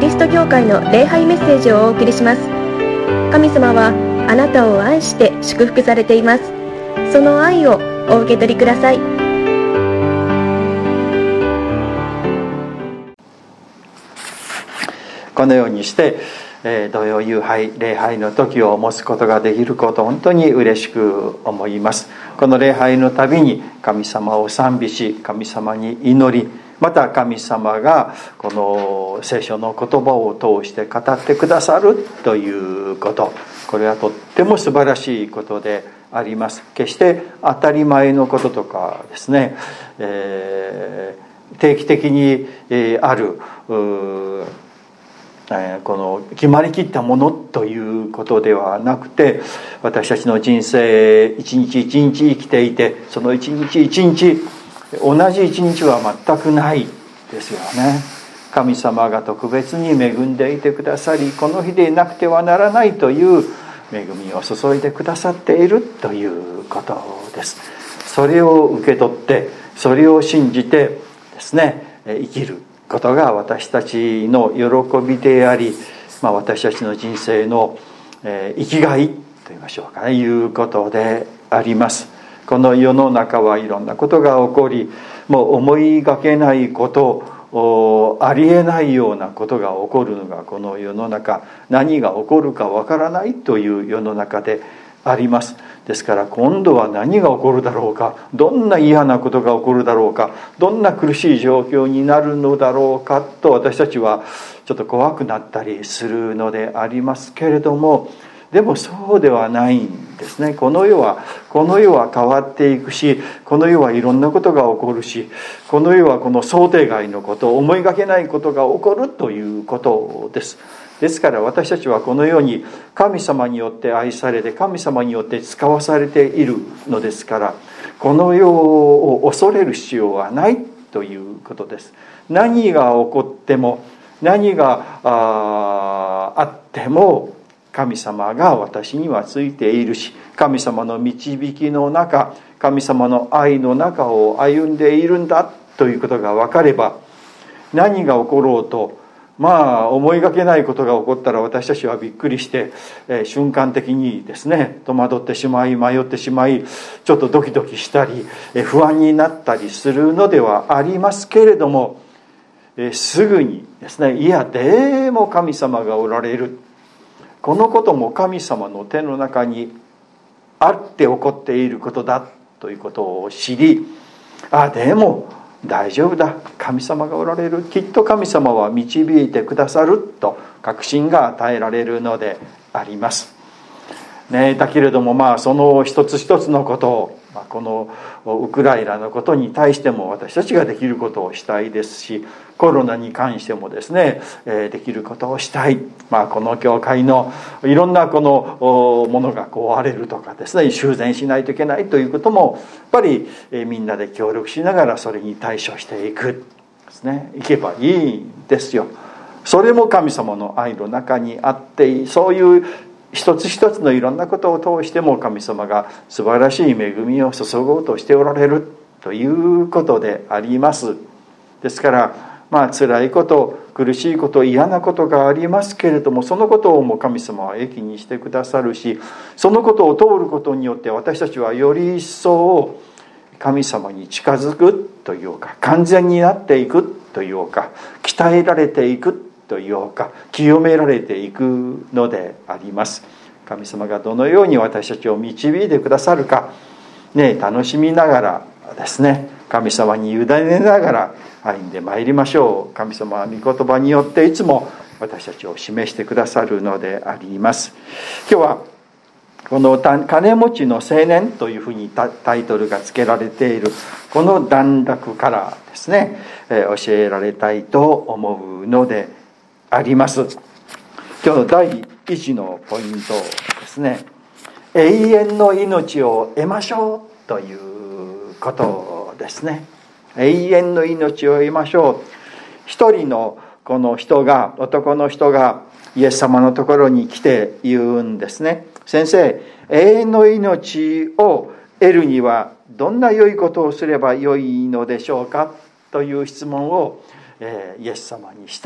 リスト教会の礼拝メッセージをお送りします。神様はあなたを愛して祝福されています。その愛をお受け取りください。 このようにして土曜夕拝礼拝の時を持つことができることを本当に嬉しく思います。この礼拝のたびに神様を賛美し、神様に祈り、また神様がこの聖書の言葉を通して語ってくださるということ、これはとっても素晴らしいことであります。決して当たり前のこととかですね、定期的にあるこの決まりきったものということではなくて、私たちの人生一日一日生きていて、その一日一日同じ一日は全くないですよね。神様が特別に恵んでいてくださり、この日でなくてはならないという恵みを注いでくださっているということです。それを受け取って、それを信じてですね、生きることが私たちの喜びであり、私たちの人生の生きがいと言いましょうかね、いうことであります。この世の中はいろんなことが起こり、もう思いがけないこと、ありえないようなことが起こるのがこの世の中、何が起こるかわからないという世の中であります。ですから今度は何が起こるだろうか、どんな嫌なことが起こるだろうか、どんな苦しい状況になるのだろうかと、私たちはちょっと怖くなったりするのでありますけれども、でもそうではないんですね。この世は変わっていくし、この世はいろんなことが起こるし、この世はこの想定外のこと、思いがけないことが起こるということです。ですから私たちはこのように神様によって愛されて、神様によって使わされているのですから、この世を恐れる必要はないということです。何が起こっても、何があっても、神様が私にはついているし、神様の導きの中、神様の愛の中を歩んでいるんだということが分かれば、何が起ころうと、思いがけないことが起こったら私たちはびっくりして、瞬間的にですね、戸惑ってしまい、迷ってしまい、ちょっとドキドキしたり、不安になったりするのではありますけれども、すぐにですね、いやでも神様がおられる、このことも神様の手の中にあって起こっていることだということを知り、でも大丈夫だ、神様がおられる、きっと神様は導いてくださると確信が与えられるのであります、だけれどもその一つ一つのことを、このウクライナのことに対しても私たちができることをしたいですし、コロナに関してもですね、できることをしたい、この教会のいろんなこのものが壊れるとかですね、修繕しないといけないということもやっぱりみんなで協力しながらそれに対処していくですね、いけばいいんですよ。それも神様の愛の中にあって、そういう一つ一つのいろんなことを通しても神様が素晴らしい恵みを注ごうとしておられるということであります。ですから辛いこと、苦しいこと、嫌なことがありますけれども、そのことをも神様は益にしてくださるし、そのことを通ることによって私たちはより一層神様に近づくというか、完全になっていくというか、鍛えられていくというか、清められていくのであります。神様がどのように私たちを導いてくださるか、楽しみながらですね、神様に委ねながら歩んでまいりましょう。神様は御言葉によっていつも私たちを示してくださるのであります。今日はこの金持ちの青年というふうにタイトルが付けられているこの段落からですね、教えられたいと思うのであります。今日の第1のポイントですね、永遠の命を得ましょうということですね。永遠の命を得ましょう。一人のこの男の人がイエス様のところに来て言うんですね。先生、永遠の命を得るにはどんな良いことをすれば良いのでしょうかという質問をイエス様にした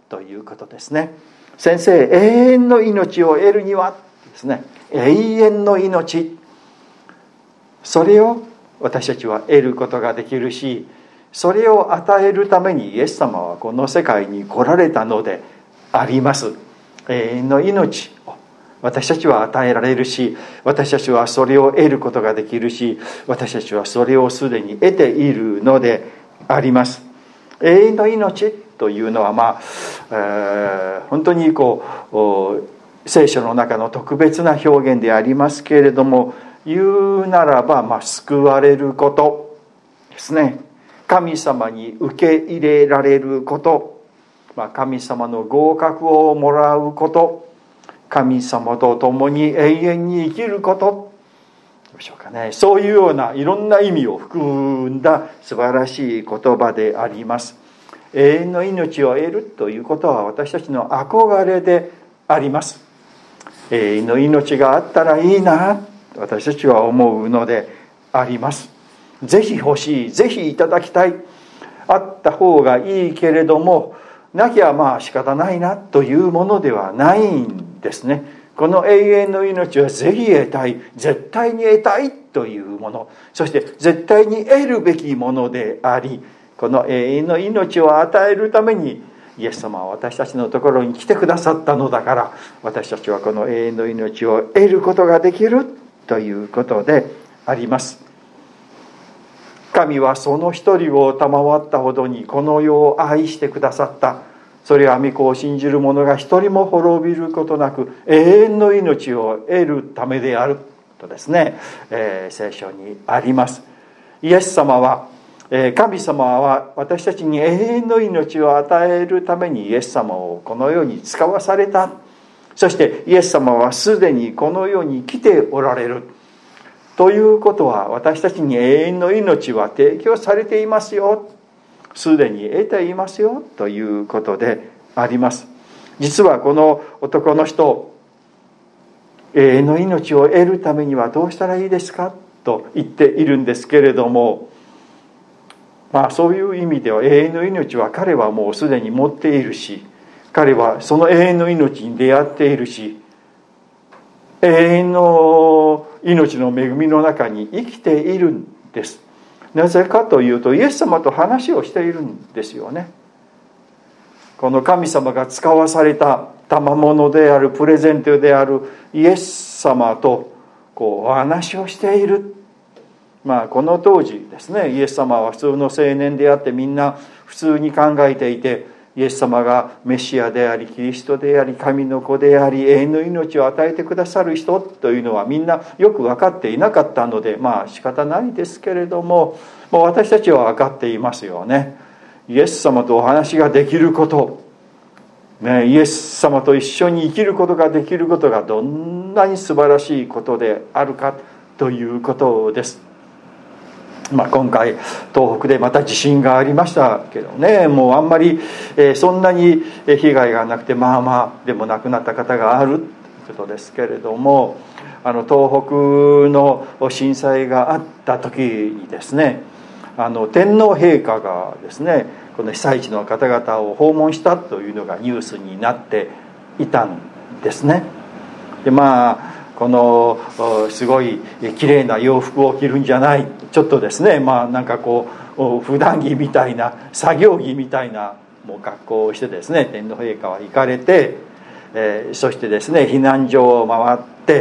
ということですね。先生、永遠の命を得るにはですね、永遠の命、それを私たちは得ることができるし、それを与えるためにイエス様はこの世界に来られたのであります。永遠の命を私たちは与えられるし、私たちはそれを得ることができるし、私たちはそれをすでに得ているのであります。永遠の命というのは本当に聖書の中の特別な表現でありますけれども、言うならば救われることですね。神様に受け入れられること、神様の合格をもらうこと、神様と共に永遠に生きること、どうでしょうかね。そういうようないろんな意味を含んだ素晴らしい言葉であります。永遠の命を得るということは私たちの憧れであります。永遠の命があったらいいな、私たちは思うのであります。ぜひ欲しい、ぜひいただきたい、あった方がいいけれども、なきゃ仕方ないなというものではないんですね。この永遠の命はぜひ得たい、絶対に得たいというもの、そして絶対に得るべきものであり、この永遠の命を与えるためにイエス様は私たちのところに来てくださったのだから、私たちはこの永遠の命を得ることができるということであります。神はその一人を賜ったほどにこの世を愛してくださった。それは御子を信じる者が一人も滅びることなく永遠の命を得るためであるとですね、聖書にあります。イエス様は、神様は私たちに永遠の命を与えるためにイエス様をこの世に使わされた。そしてイエス様はすでにこの世に来ておられるということは、私たちに永遠の命は提供されていますよ、すでに得ていますよということであります。実はこの男の人、永遠の命を得るためにはどうしたらいいですかと言っているんですけれども、そういう意味では永遠の命は彼はもうすでに持っているし、彼はその永遠の命に出会っているし、永遠の命の恵みの中に生きているんです。なぜかというと、イエス様と話をしているんですよね。この神様が使わされた賜物である、プレゼントであるイエス様とお話をしている。この当時ですね、イエス様は普通の青年であって、みんな普通に考えていて、イエス様がメシアであり、キリストであり、神の子であり、永遠の命を与えてくださる人というのはみんなよく分かっていなかったので、仕方ないですけれども、もう私たちは分かっていますよね。イエス様とお話ができること、イエス様と一緒に生きることができることがどんなに素晴らしいことであるかということです。今回東北でまた地震がありましたけどね、もうあんまりそんなに被害がなくて、でも亡くなった方があるということですけれども、東北の震災があった時にですね、天皇陛下がですね、この被災地の方々を訪問したというのがニュースになっていたんですね。でこのすごい綺麗な洋服を着るんじゃない、ちょっとですね、普段着みたいな、作業着みたいな格好をしてですね、天皇陛下は行かれて、そしてですね、避難所を回って、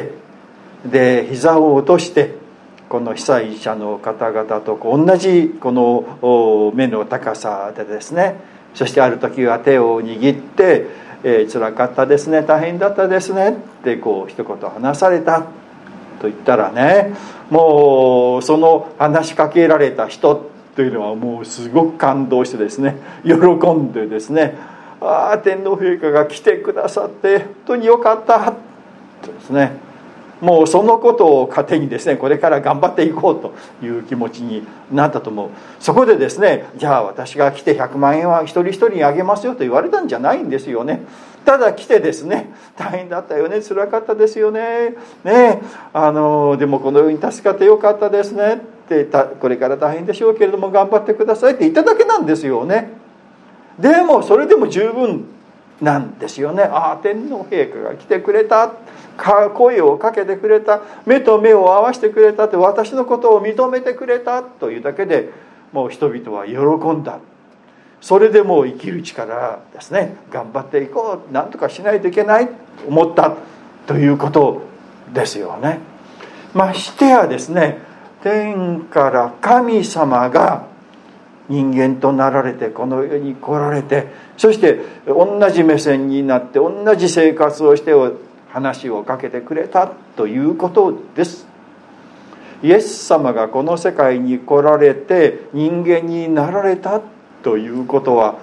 で膝を落としてこの被災者の方々と同じこの目の高さでですね、そしてある時は手を握って辛かったですね、大変だったですねって一言話されたと言ったらね、もうその話しかけられた人というのはもうすごく感動してですね、喜んでですね、天皇陛下が来てくださって本当によかったとですね、もうそのことを糧にですね、これから頑張っていこうという気持ちになったと思う。そこでですね、じゃあ私が来て100万円は一人一人にあげますよと言われたんじゃないんですよね。ただ来てですね、大変だったよね、辛かったですよね、でもこのように助かってよかったですねって、これから大変でしょうけれども頑張ってくださいって言っただけなんですよね。でもそれでも十分なんですよね。ああ、天皇陛下が来てくれた、声をかけてくれた、目と目を合わせてくれたって、私のことを認めてくれたというだけでもう人々は喜んだ。それでもう生きる力ですね、頑張っていこう、なんとかしないといけないと思ったということですよね。ましてやですね、天から神様が人間となられてこの世に来られて、そして同じ目線になって同じ生活をして話をかけてくれたということです。イエス様がこの世界に来られて人間になられたということは、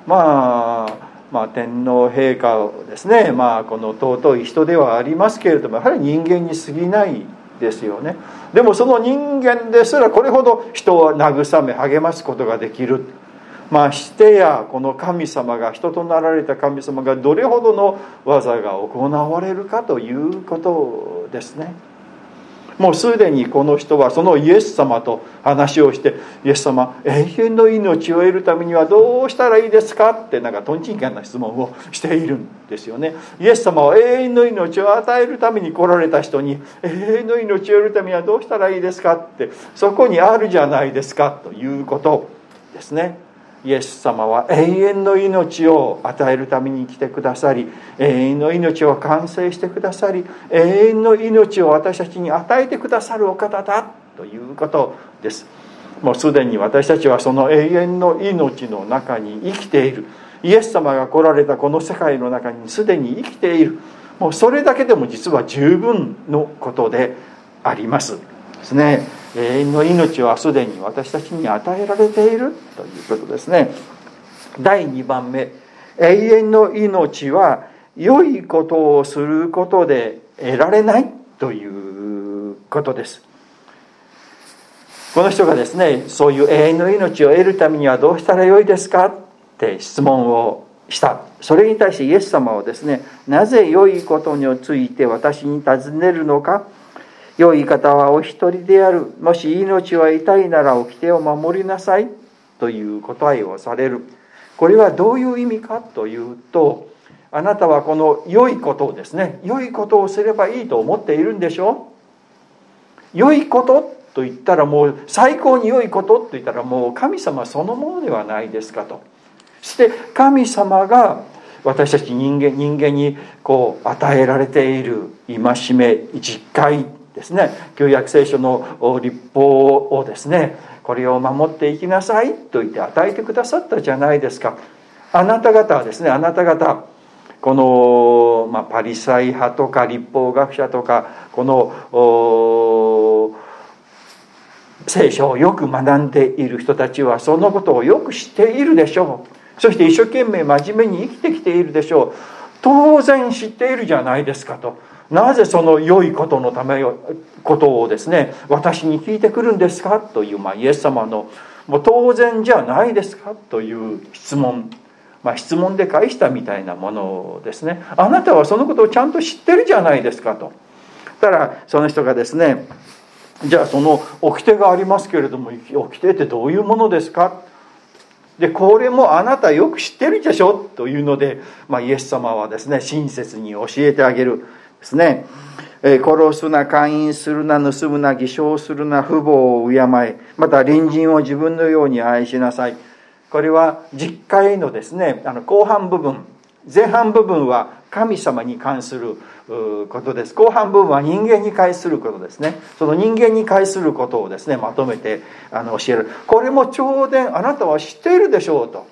天皇陛下ですね、この尊い人ではありますけれども、やはり人間に過ぎないですよね。でもその人間ですらこれほど人を慰め励ますことができる。ましてやこの神様が、人となられた神様がどれほどの技が行われるかということですね。もうすでにこの人はそのイエス様と話をして、イエス様、永遠の命を得るためにはどうしたらいいですかって、とんちんかんな質問をしているんですよね。イエス様は永遠の命を与えるために来られた人に、永遠の命を得るためにはどうしたらいいですかって、そこにあるじゃないですかということですね。イエス様は永遠の命を与えるために来てくださり、永遠の命を完成してくださり、永遠の命を私たちに与えてくださるお方だということです。もうすでに私たちはその永遠の命の中に生きている。イエス様が来られたこの世界の中にすでに生きている。もうそれだけでも実は十分のことでありますですね。永遠の命はすでに私たちに与えられているということですね。第2番目、永遠の命は良いことをすることで得られないということです。この人がですね、そういう永遠の命を得るためにはどうしたらよいですかって質問をした。それに対してイエス様はですね、なぜ良いことについて私に尋ねるのか。良い方はお一人である。もし命は痛いなら掟を守りなさいという答えをされる。これはどういう意味かというと、あなたはこの良いことをですね、良いことをすればいいと思っているんでしょう。良いことと言ったら、もう最高に良いことと言ったらもう神様そのものではないですかと。そして神様が私たち人間に与えられている戒め、実戒ですね、旧約聖書の律法をですね、これを守っていきなさいと言って与えてくださったじゃないですか。あなた方はですね、この、パリサイ派とか立法学者とか、この聖書をよく学んでいる人たちはそのことをよく知っているでしょう。そして一生懸命真面目に生きてきているでしょう。当然知っているじゃないですかと。なぜその良いことのためことをですね、私に聞いてくるんですかという、イエス様のもう当然じゃないですかという質問、質問で返したみたいなものですね。あなたはそのことをちゃんと知ってるじゃないですかと。たらその人がですね、じゃあその掟がありますけれども、掟ってどういうものですか。でこれもあなたよく知ってるでしょというので、イエス様はですね、親切に教えてあげるですね。殺すな、姦淫するな、盗むな、偽証するな、父母を敬え、また隣人を自分のように愛しなさい。これは実戒のですね、後半部分、前半部分は神様に関することです。後半部分は人間に関することですね。その人間に関することをですね、まとめて教える。これも超伝、あなたは知っているでしょうと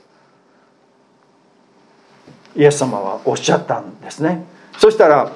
イエス様はおっしゃったんですね。そしたら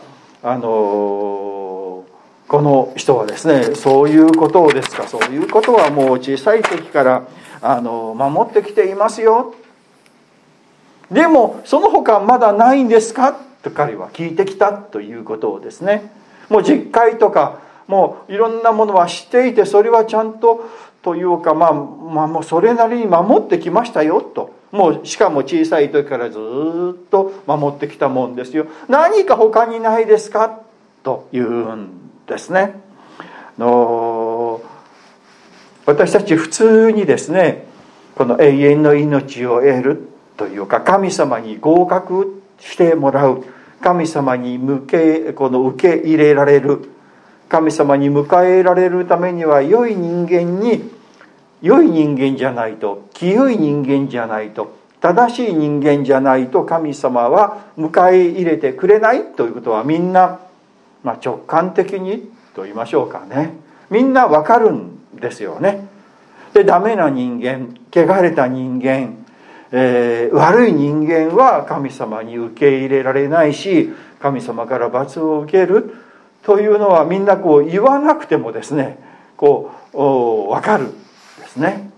この人はですね、そういうことをですか、そういうことはもう小さい時から守ってきていますよ。でもその他まだないんですかと彼は聞いてきたということをですね。もう実戒とかもういろんなものは知っていて、それはちゃんとというかもうそれなりに守ってきましたよと。もうしかも小さい時からずっと守ってきたもんですよ。何か他にないですかというんですね。私たち普通にですね、この永遠の命を得るというか、神様に合格してもらう、神様に受け入れられる、神様に迎えられるためには良い人間じゃないと、清い人間じゃないと、正しい人間じゃないと神様は迎え入れてくれないということは、みんな、直感的にと言いましょうかね、みんなわかるんですよね。で、ダメな人間、汚れた人間、悪い人間は神様に受け入れられないし、神様から罰を受けるというのは、みんな言わなくてもですね、わかるんですね。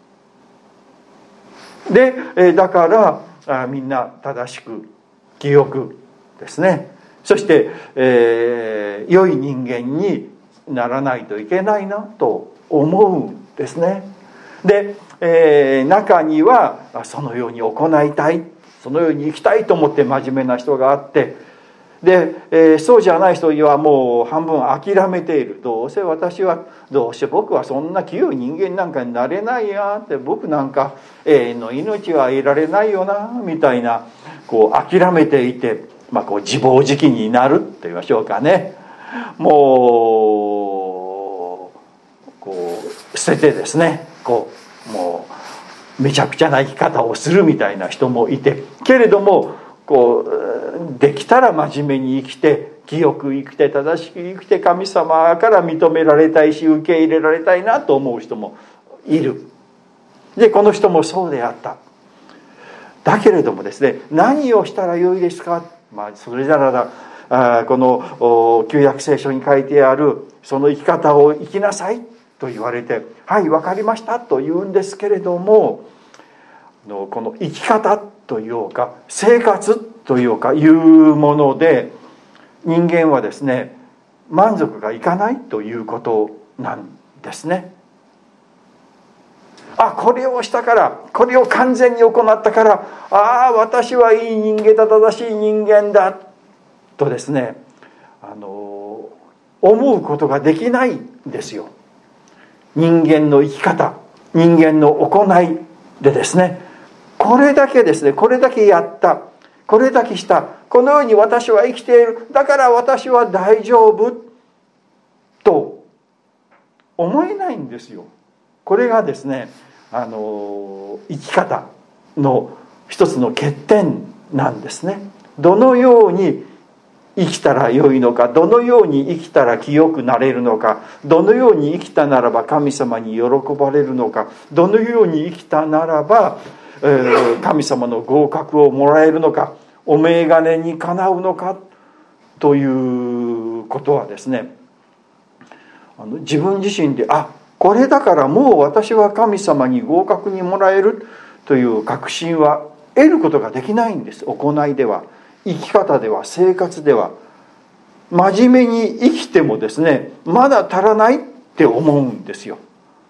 で、だからみんな正しく清くですね、そして、良い人間にならないといけないなと思うんですね。で、中にはそのように行いたい、そのように生きたいと思って真面目な人があって、で、そうじゃない人にはもう半分諦めている。どうせ僕はそんな清い人間なんかになれないやって、僕なんか永遠の命は得られないよなみたいな、諦めていて、自暴自棄になると言いましょうかね。もう捨ててですね、もうめちゃくちゃな生き方をするみたいな人もいて、けれどもできたら真面目に生きて、清く生きて、正しく生きて、神様から認められたいし受け入れられたいなと思う人もいる。で、この人もそうであった。だけれどもですね、何をしたらよいですか。それならこの旧約聖書に書いてあるその生き方を生きなさいと言われて、はい分かりましたと言うんですけれども、この生き方というか生活というかいうもので、人間はですね、満足がいかないということなんですね。これをしたから、これを完全に行ったから、私はいい人間だ、正しい人間だとですね、思うことができないんですよ。人間の生き方、人間の行いでですね、これだけですね、これだけやった、これだけした、このように私は生きている、だから私は大丈夫と思えないんですよ。これがですね、生き方の一つの欠点なんですね。どのように生きたらよいのか、どのように生きたら清くなれるのか、どのように生きたならば神様に喜ばれるのか、どのように生きたならば、神様の合格をもらえるのか、お眼鏡にかなうのかということはですね、自分自身でこれだからもう私は神様に合格にもらえるという確信は得ることができないんです。行いでは、生き方では、生活では。真面目に生きてもですね、まだ足らないって思うんですよ。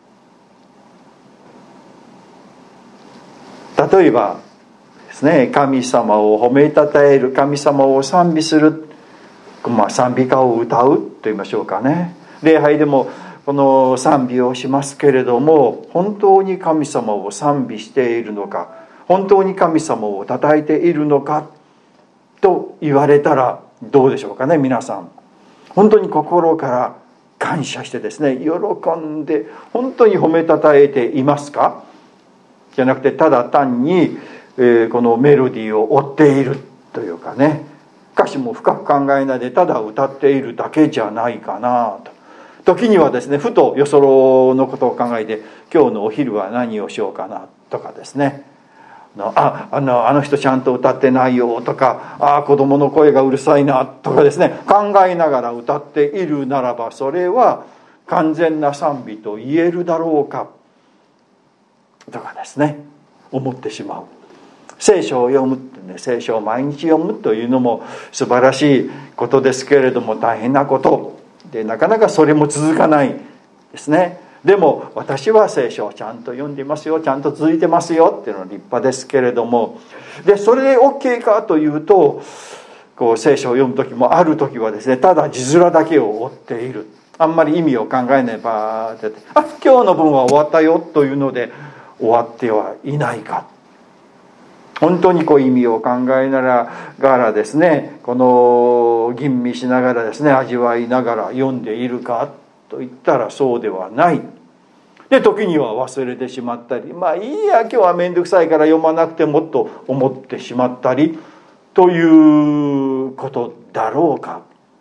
例えばですね、神様を褒めたたえる、神様を賛美する、賛美歌を歌うと言いましょうかね。礼拝でもこの賛美をしますけれども、本当に神様を賛美しているのか、本当に神様を称えているのかと言われたらどうでしょうかね。皆さん本当に心から感謝してですね、喜んで本当に褒めたたえていますか。じゃなくて、ただ単に、このメロディーを追っているというかね、歌詞も深く考えないでただ歌っているだけじゃないかなと。時にはですね、ふとよそろのことを考えて、今日のお昼は何をしようかなとかですね、あの人ちゃんと歌ってないよとか、子供の声がうるさいなとかですね、考えながら歌っているならば、それは完全な賛美と言えるだろうかとかですね、思ってしまう。聖書を読むってね、聖書を毎日読むというのも素晴らしいことですけれども、大変なことで、なかなかそれも続かないですね。でも私は聖書をちゃんと読んでいますよ、ちゃんと続いてますよっていうのは立派ですけれども、でそれで OK かというと、聖書を読む時もある時はですね、ただ字面だけを追っている、あんまり意味を考えねばって今日の分は終わったよというので終わってはいないか、 本当に意味を考えながらですね、この吟味しながらですね、味わいながら読んでいるかといったらそうではない。で時には忘れてしまったり、いいや今日は面倒くさいから読まなくてもと思ってしまったりということだろうか。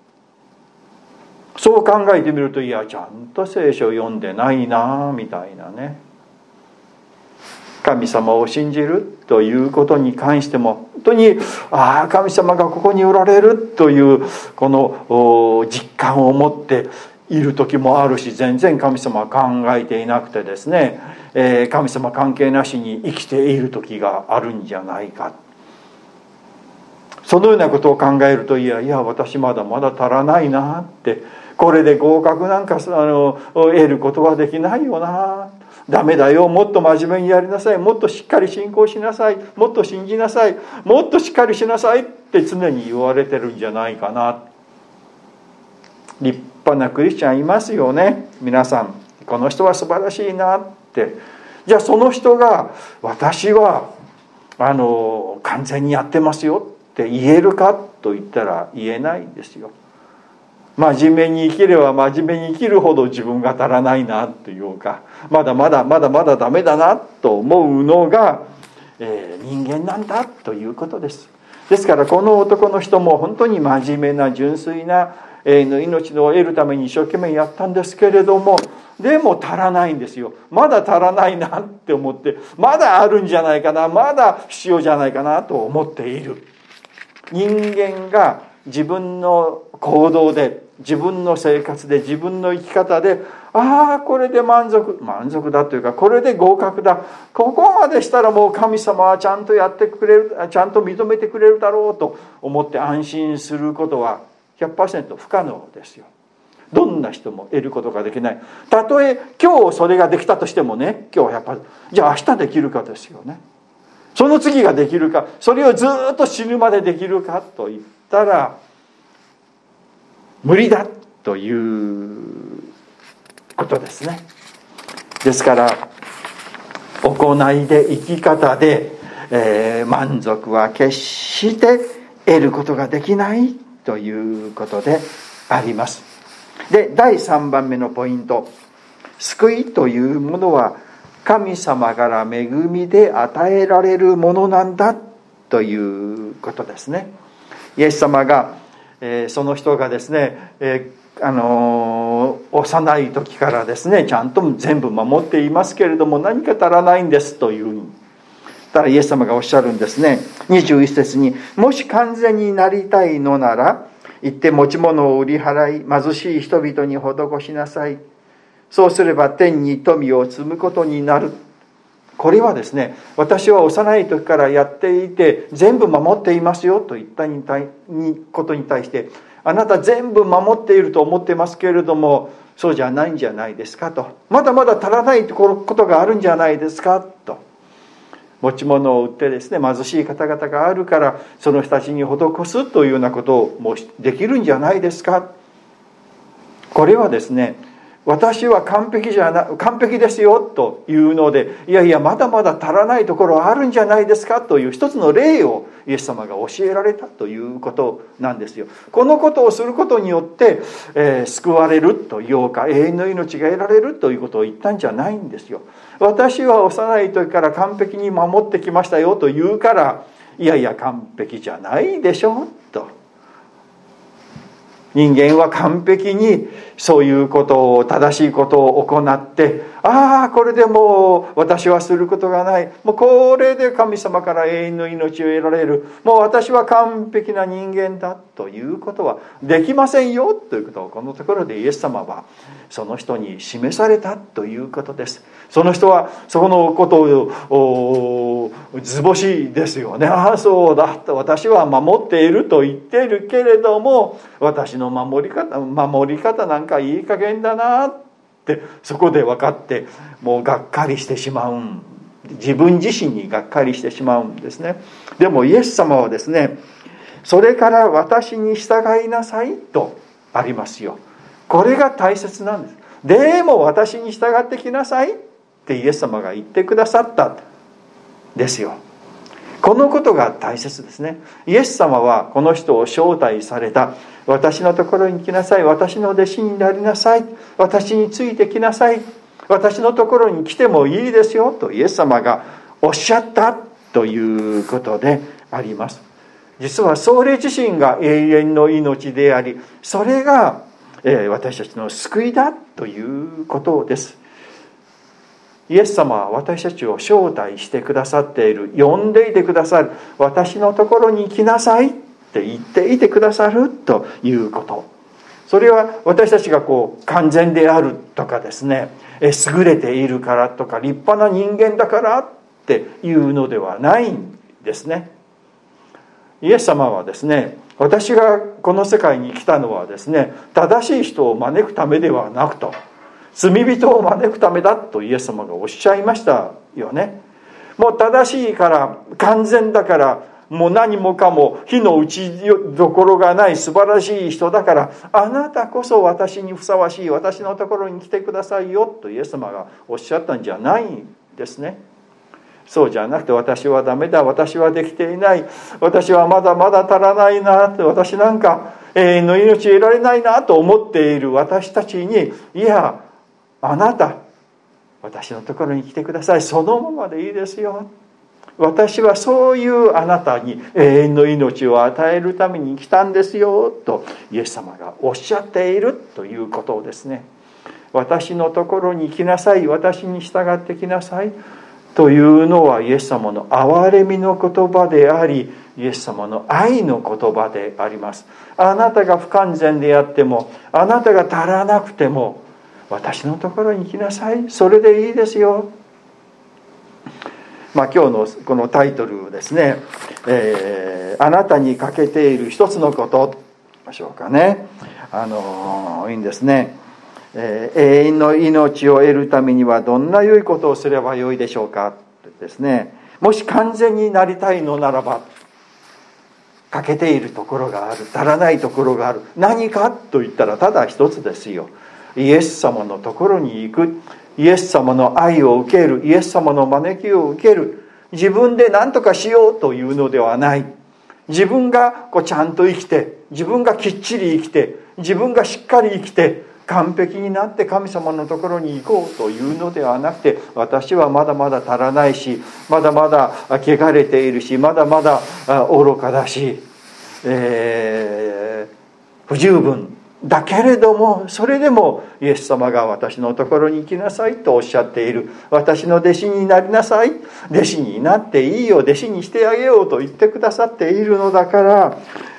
そう考えてみると、いやちゃんと聖書を読んでないなみたいなね。神様を信じるということに関しても本当に神様がここにおられるというこの実感を持っている時もあるし、全然神様は考えていなくてですね、神様関係なしに生きている時があるんじゃないか。そのようなことを考えると、いや私まだまだ足らないなって、これで合格なんか得ることはできないよな、ダメだよ、もっと真面目にやりなさい、もっとしっかり信仰しなさい、もっと信じなさい、もっとしっかりしなさいって常に言われてるんじゃないかな。立派なクリスチャンいますよね、皆さん。この人は素晴らしいなって。じゃあその人が私は完全にやってますよって言えるかと言ったら言えないんですよ。真面目に生きれば真面目に生きるほど自分が足らないなというか、まだまだダメだなと思うのが、人間なんだということです。ですからこの男の人も本当に真面目な純粋な永遠の命を得るために一生懸命やったんですけれども、でも足らないんですよ。まだ足らないなって思って、まだあるんじゃないかな、まだ必要じゃないかなと思っている。人間が自分の行動で、自分の生活で、自分の生き方で、これで満足だというか、これで合格だ、ここまでしたらもう神様はちゃんとやってくれる、ちゃんと認めてくれるだろうと思って安心することは 100% 不可能ですよ。どんな人も得ることができない。たとえ今日それができたとしてもね、今日やっぱりじゃあ明日できるかですよね。その次ができるか、それをずっと死ぬまでできるかと言ったら無理だということですね。ですから行いで、生き方で、満足は決して得ることができないということであります。で、第3番目のポイント、救いというものは神様から恵みで与えられるものなんだということですね。イエス様が、その人がですね、幼い時からですねちゃんと全部守っていますけれども、何か足らないんですという。ただイエス様がおっしゃるんですね。21節に、もし完全になりたいのなら行って持ち物を売り払い、貧しい人々に施しなさい。そうすれば天に富を積むことになる。これはですね、私は幼い時からやっていて全部守っていますよと言ったことに対して、あなた全部守っていると思ってますけれども、そうじゃないんじゃないですかと。まだまだ足らないことがあるんじゃないですかと。持ち物を売ってですね、貧しい方々があるからその人たちに施すというようなことをもうできるんじゃないですか。これはですね、私は完璧ですよというので、いやいやまだまだ足らないところはあるんじゃないですかという一つの例をイエス様が教えられたということなんですよ。このことをすることによって、救われるというか永遠の命が得られるということを言ったんじゃないんですよ。私は幼い時から完璧に守ってきましたよと言うから、いやいや完璧じゃないでしょと。人間は完璧にそういうことを、正しいことを行って、これでもう私はすることがない、もうこれで神様から永遠の命を得られる、もう私は完璧な人間だということはできませんよということを、このところでイエス様はその人に示されたということです。その人はそこのことを図星ですよね。そうだと、私は守っていると言っているけれども、私の守り方なんかいい加減だなってそこで分かって、もうがっかりしてしまう、自分自身にがっかりしてしまうんですね。でもイエス様はですね、それから私に従いなさいとありますよ。これが大切なんです。でも私に従ってきなさいってイエス様が言ってくださったんですよ。 このことが大切ですね。イエス様はこの人を招待された。私のところに来なさい。私の弟子になりなさい。私についてきなさい。私のところに来てもいいですよとイエス様がおっしゃったということであります。実はそれ自身が永遠の命であり、それが私たちの救いだということです。イエス様は私たちを招待してくださっている、呼んでいてくださる、私のところに来なさいって言っていてくださるということ。それは私たちが完全であるとかですね、優れているからとか立派な人間だからっていうのではないんですね。イエス様はですね、私がこの世界に来たのはですね、正しい人を招くためではなくと、罪人を招くためだとイエス様がおっしゃいましたよね。もう正しいから、完全だから、もう何もかも火の打ちどころがない素晴らしい人だから、あなたこそ私にふさわしい、私のところに来てくださいよとイエス様がおっしゃったんじゃないんですね。そうじゃなくて、私はダメだ、私はできていない、私はまだまだ足らないなって、私なんか永遠の命得られないなと思っている私たちに、いや、あなた私のところに来てください、そのままでいいですよ、私はそういうあなたに永遠の命を与えるために来たんですよとイエス様がおっしゃっているということですね。私のところに来なさい、私に従ってきなさいというのはイエス様の憐れみの言葉であり、イエス様の愛の言葉であります。あなたが不完全であっても、あなたが足らなくても、私のところに来なさい、それでいいですよ。今日のこのタイトルですね、あなたに欠けている一つのことでしょうかね。いいんですね。永遠の命を得るためにはどんな良いことをすればよいでしょうかですね。もし完全になりたいのならば、欠けているところがある、足らないところがある、何かと言ったらただ一つですよ。イエス様のところに行く、イエス様の愛を受ける、イエス様の招きを受ける。自分で何とかしようというのではない。自分がちゃんと生きて、自分がきっちり生きて、自分がしっかり生きて完璧になって神様のところに行こうというのではなくて、私はまだまだ足らないし、まだまだ汚れているし、まだまだ愚かだし、不十分だけれども、それでもイエス様が私のところに来なさいとおっしゃっている。私の弟子になりなさい、弟子になっていいよ、弟子にしてあげようと言ってくださっているのだから、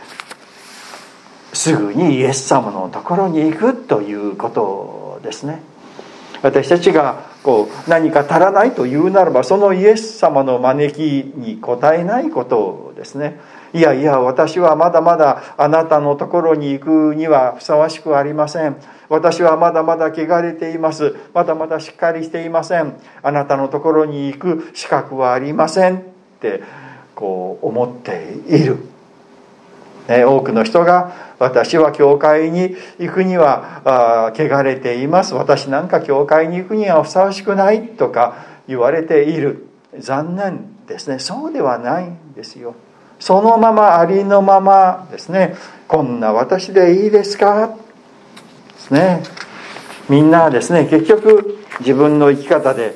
すぐにイエス様のところに行くということですね。私たちが何か足らないというならば、そのイエス様の招きに応えないことですね。いやいや、私はまだまだあなたのところに行くにはふさわしくありません。私はまだまだ汚れています。まだまだしっかりしていません。あなたのところに行く資格はありませんって思っている。多くの人が、私は教会に行くには汚れています。私なんか教会に行くにはふさわしくないとか言われている。残念ですね。そうではないんですよ。そのままありのままですね。こんな私でいいですかですね。みんなですね、結局自分の生き方で、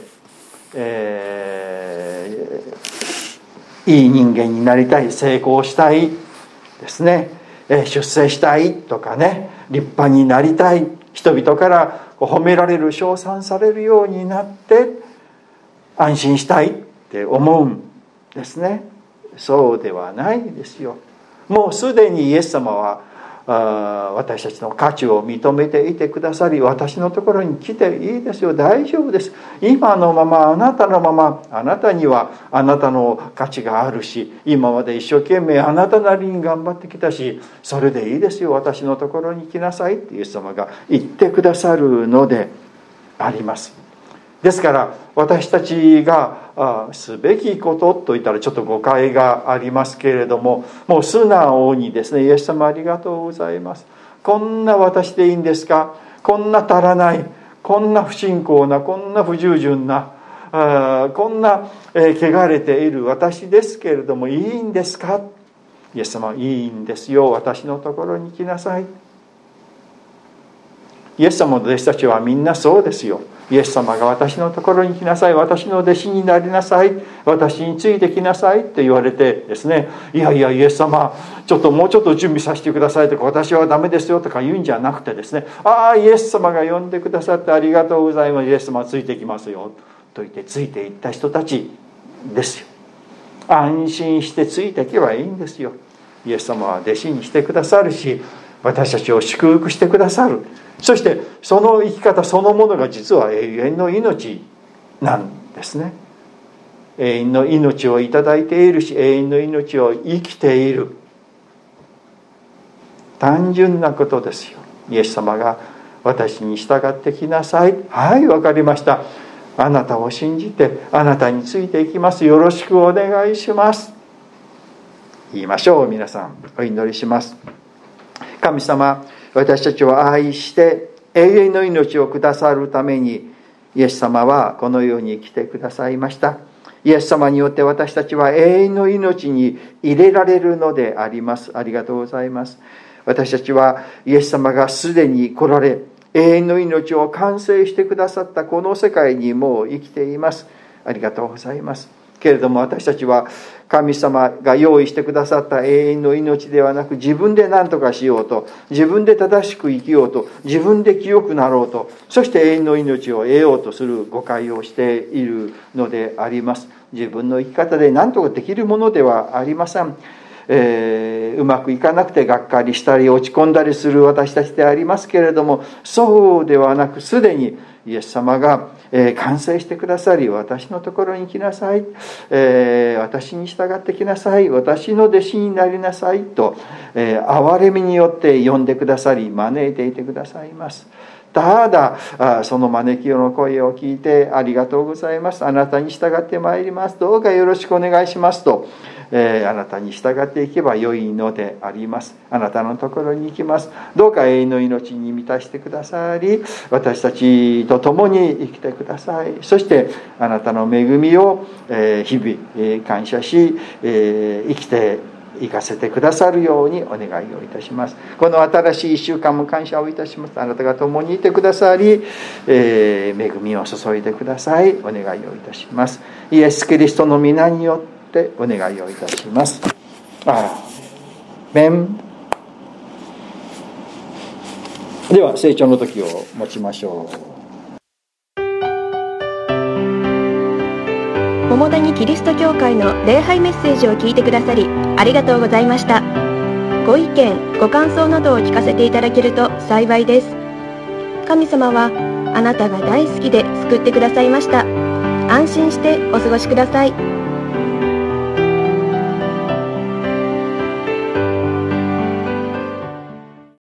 いい人間になりたい、成功したいですね、出世したいとかね、立派になりたい、人々から褒められる、称賛されるようになって安心したいって思うんですね。そうではないですよ。もうすでにイエス様は私たちの価値を認めていてくださり、私のところに来ていいですよ、大丈夫です、今のまま、あなたのまま、あなたにはあなたの価値があるし、今まで一生懸命あなたなりに頑張ってきたし、それでいいですよ、私のところに来なさいってイエス様が言ってくださるのであります。ですから私たちがすべきことといったらちょっと誤解がありますけれども、もう素直にですね、イエス様ありがとうございます、こんな私でいいんですか、こんな足らない、こんな不信仰な、こんな不従順な、 こんな汚れている私ですけれどもいいんですか。イエス様は、いいんですよ、私のところに来なさい。イエス様の弟子たちはみんなそうですよ。イエス様が私のところに来なさい、私の弟子になりなさい、私についてきなさいと言われてですね、いやいやイエス様もうちょっと準備させてくださいとか、私はダメですよとか言うんじゃなくてですね、イエス様が呼んでくださってありがとうございます、イエス様ついてきますよと言ってついていった人たちですよ。安心してついていけばいいんですよ。イエス様は弟子にしてくださるし、私たちを祝福してくださる。そしてその生き方そのものが実は永遠の命なんですね。永遠の命をいただいているし、永遠の命を生きている。単純なことですよ。イエス様が私に従ってきなさい。はい、わかりました。あなたを信じてあなたについていきます。よろしくお願いします。言いましょう。皆さんお祈りします。神様、私たちを愛して永遠の命をくださるためにイエス様はこの世に来てくださいました。イエス様によって私たちは永遠の命に入れられるのであります。ありがとうございます。私たちはイエス様がすでに来られ、永遠の命を完成してくださったこの世界にもう生きています。ありがとうございます。けれども私たちは神様が用意してくださった永遠の命ではなく、自分で何とかしようと、自分で正しく生きようと、自分で清くなろうと、そして永遠の命を得ようとする誤解をしているのであります。自分の生き方で何とかできるものではありません。うまくいかなくてがっかりしたり落ち込んだりする私たちでありますけれども、そうではなく、すでにイエス様が完成してくださり、私のところに来なさい、私に従ってきなさい、私の弟子になりなさいと、憐れみによって呼んでくださり招いていてくださいます。ただその招きの声を聞いて、ありがとうございます、あなたに従ってまいります、どうかよろしくお願いしますと、あなたに従っていけば良いのであります。あなたのところに行きます。どうか永遠の命に満たしてくださり、私たちと共に生きてください。そしてあなたの恵みを日々感謝し、生きて生かせてくださるようにお願いをいたします。この新しい1週間も感謝をいたします。あなたが共にいてくださり、恵みを注いでください。お願いをいたします。イエス・キリストの皆によってお願いをいたします。アーメン。では成長の時を持ちましょう。 桃谷キリスト教会の礼拝メッセージを聞いてくださりありがとうございました。ご意見ご感想などを聞かせていただけると幸いです。神様はあなたが大好きで救ってくださいました。安心してお過ごしください。